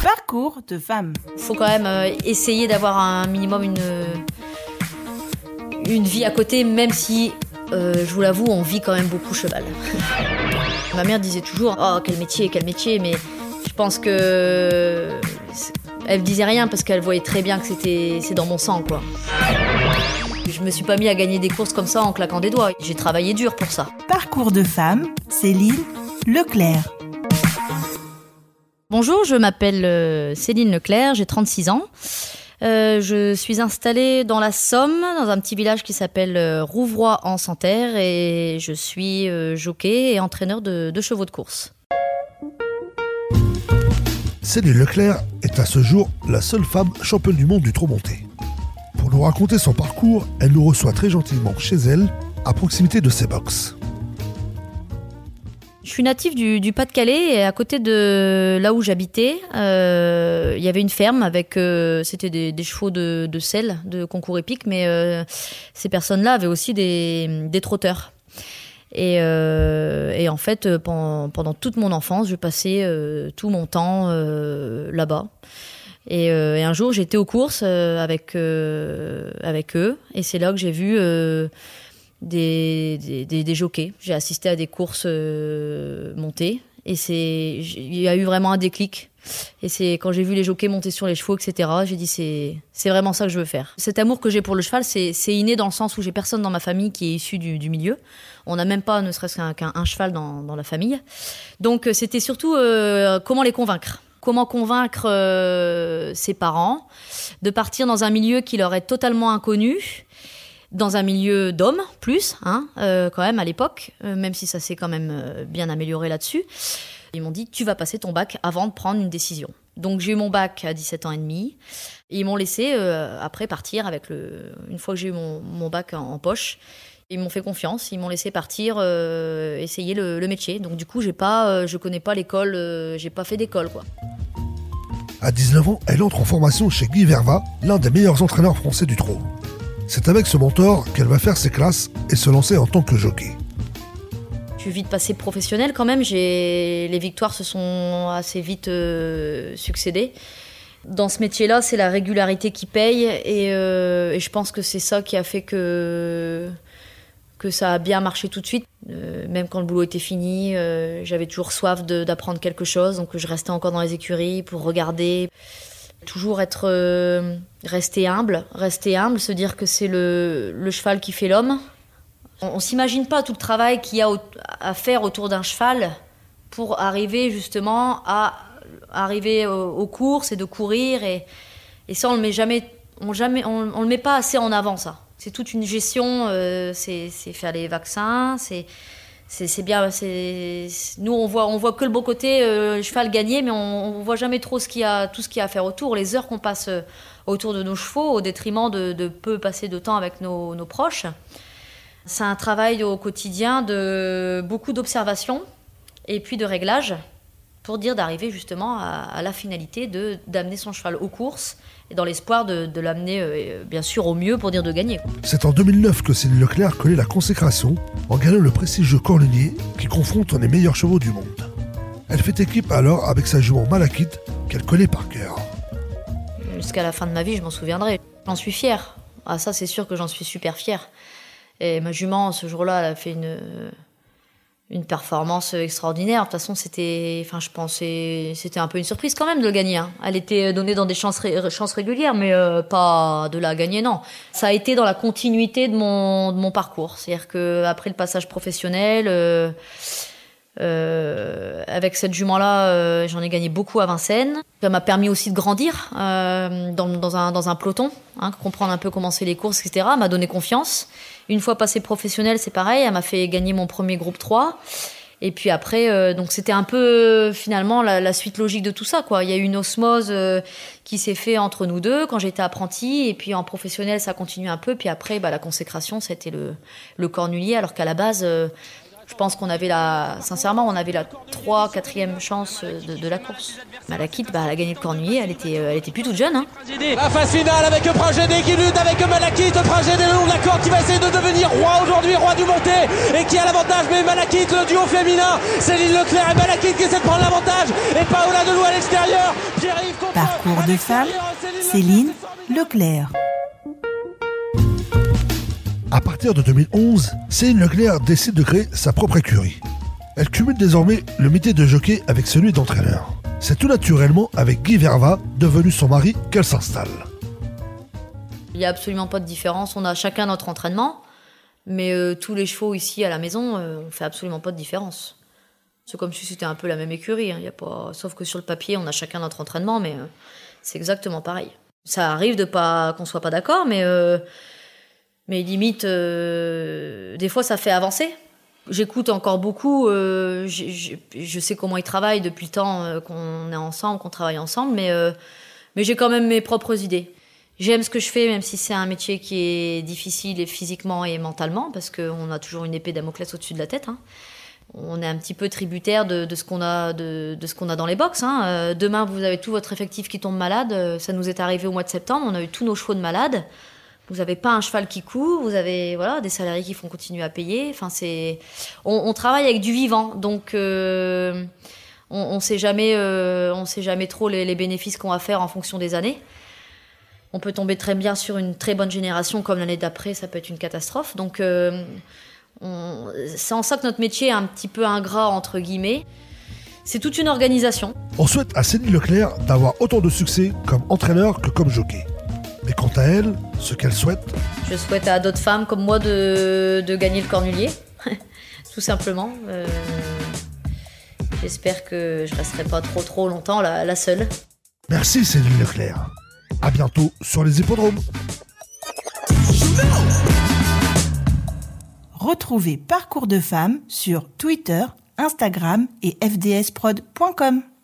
Parcours de femme. Il faut quand même essayer d'avoir un minimum une vie à côté, même si, je vous l'avoue, on vit quand même beaucoup cheval. Ma mère disait toujours « Oh, quel métier !» mais je pense que... Elle disait rien parce qu'elle voyait très bien que c'est dans mon sang, quoi. Je me suis pas mis à gagner des courses comme ça en claquant des doigts. J'ai travaillé dur pour ça. Parcours de femme, Céline Leclerc. Bonjour, je m'appelle Céline Leclerc, j'ai 36 ans. Je suis installée dans la Somme, dans un petit village qui s'appelle Rouvroy en Santerre, et je suis jockey et entraîneur de chevaux de course. Céline Leclerc est à ce jour la seule femme championne du monde du trot monté. Pour nous raconter son parcours, elle nous reçoit très gentiment chez elle, à proximité de ses box. Je suis native du Pas-de-Calais, et à côté de là où j'habitais, il y avait une ferme avec, c'était des chevaux de selle, de concours épique, mais ces personnes-là avaient aussi des trotteurs. Et en fait, pendant toute mon enfance, je passais tout mon temps là-bas. Et un jour, j'étais aux courses avec eux, et c'est là que j'ai vu des jockeys. J'ai assisté à des courses montées, et il y a eu vraiment un déclic. Et c'est quand j'ai vu les jockeys monter sur les chevaux, etc., j'ai dit c'est vraiment ça que je veux faire. Cet amour que j'ai pour le cheval, c'est inné dans le sens où j'ai personne dans ma famille qui est issu du milieu. On n'a même pas ne serait-ce qu'un cheval dans la famille. Donc c'était surtout comment les convaincre. Comment convaincre ses parents de partir dans un milieu qui leur est totalement inconnu, dans un milieu d'hommes, plus, quand même à l'époque, même si ça s'est quand même bien amélioré là-dessus. Ils m'ont dit, tu vas passer ton bac avant de prendre une décision. Donc j'ai eu mon bac à 17 ans et demi, et ils m'ont laissé après partir avec une fois que j'ai eu mon bac en poche. Ils m'ont fait confiance, ils m'ont laissé partir essayer le métier. Donc du coup, je connais pas l'école, j'ai pas fait d'école, quoi. À 19 ans, elle entre en formation chez Guy Verva, l'un des meilleurs entraîneurs français du trot. C'est avec ce mentor qu'elle va faire ses classes et se lancer en tant que jockey. Je suis vite passée professionnelle quand même, les victoires se sont assez vite succédées. Dans ce métier-là, c'est la régularité qui paye, et je pense que c'est ça qui a fait que ça a bien marché tout de suite. Même quand le boulot était fini, j'avais toujours soif d'apprendre quelque chose, donc je restais encore dans les écuries pour regarder. Toujours rester humble, se dire que c'est le cheval qui fait l'homme. On s'imagine pas tout le travail qu'il y a à faire autour d'un cheval pour arriver justement à arriver aux courses et de courir, et ça on le met pas assez en avant, ça. C'est toute une gestion, c'est faire les vaccins, c'est bien. Nous on voit que le beau côté, le cheval gagner, mais on voit jamais trop tout ce qu'il y a à faire autour, les heures qu'on passe autour de nos chevaux, au détriment de peu passer de temps avec nos proches. C'est un travail au quotidien de beaucoup d'observation et puis de réglage pour d'arriver justement à la finalité d'amener son cheval aux courses, et dans l'espoir de l'amener bien sûr au mieux pour de gagner. C'est en 2009 que Céline Leclerc connaît la consécration en gagnant le prestigieux Cornelier qui confronte les meilleurs chevaux du monde. Elle fait équipe alors avec sa jument Malakite qu'elle connaît par cœur. Jusqu'à la fin de ma vie, je m'en souviendrai. J'en suis fière. Ah, ça, c'est sûr que j'en suis super fière. Et ma jument, ce jour-là, elle a fait une performance extraordinaire. De toute façon, c'était un peu une surprise quand même de le gagner. Elle était donnée dans des chances régulières, mais pas de la gagner, non. Ça a été dans la continuité de mon parcours. C'est-à-dire qu'après le passage professionnel, avec cette jument-là, j'en ai gagné beaucoup à Vincennes. Ça m'a permis aussi de grandir dans un peloton, comprendre un peu comment c'est les courses, etc. Elle m'a donné confiance. Une fois passée professionnelle, c'est pareil, elle m'a fait gagner mon premier groupe 3. Et puis après, donc c'était un peu finalement la suite logique de tout ça, quoi. Il y a eu une osmose qui s'est faite entre nous deux quand j'étais apprentie, et puis en professionnel, ça continue un peu. Puis après, la consécration, c'était le Cornulier, alors qu'à la base, je pense qu'on avait sincèrement, on avait la 3e, 4e chance de la course. Malakite, elle a gagné le Cornulier, elle était plus toute jeune. La phase finale avec Pragédé qui lutte avec Malakite. Pragédé le long de la corde qui va essayer de devenir roi aujourd'hui, roi du monté, et qui a l'avantage. Mais Malakite, le duo féminin, Céline Leclerc et Malakite qui essaie de prendre l'avantage. Et Paola Delou à l'extérieur. Pierre-Yves Parcours de femme, Céline Leclerc. À partir de 2011, Céline Leclerc décide de créer sa propre écurie. Elle cumule désormais le métier de jockey avec celui d'entraîneur. C'est tout naturellement avec Guy Verva, devenu son mari, qu'elle s'installe. Il n'y a absolument pas de différence. On a chacun notre entraînement, mais tous les chevaux ici à la maison, on fait absolument pas de différence. C'est comme si c'était un peu la même écurie. Hein. Y a pas... Sauf que sur le papier, on a chacun notre entraînement, mais c'est exactement pareil. Ça arrive qu'on soit pas d'accord, mais limite, des fois, ça fait avancer. J'écoute encore beaucoup. Je sais comment ils travaillent depuis le temps qu'on est ensemble, qu'on travaille ensemble, mais j'ai quand même mes propres idées. J'aime ce que je fais, même si c'est un métier qui est difficile et physiquement et mentalement, parce qu'on a toujours une épée Damoclès au-dessus de la tête. Hein. On est un petit peu tributaire de ce qu'on a, de ce qu'on a dans les box. Hein. Demain, vous avez tout votre effectif qui tombe malade. Ça nous est arrivé au mois de septembre. On a eu tous nos chevaux de malades. Vous n'avez pas un cheval qui court. Vous avez des salariés qui font continuer à payer. Enfin, on travaille avec du vivant, donc on sait jamais trop les bénéfices qu'on va faire en fonction des années. On peut tomber très bien sur une très bonne génération, comme l'année d'après, ça peut être une catastrophe. Donc, c'est en ça que notre métier est un petit peu ingrat, entre guillemets. C'est toute une organisation. On souhaite à Céline Leclerc d'avoir autant de succès comme entraîneur que comme jockey. Mais quant à elle, ce qu'elle souhaite... Je souhaite à d'autres femmes comme moi de gagner le cornulier, tout simplement. J'espère que je ne resterai pas trop longtemps la seule. Merci Céline Leclerc. À bientôt sur les hippodromes. Retrouvez Parcours de femme sur Twitter, Instagram et fdsprod.com.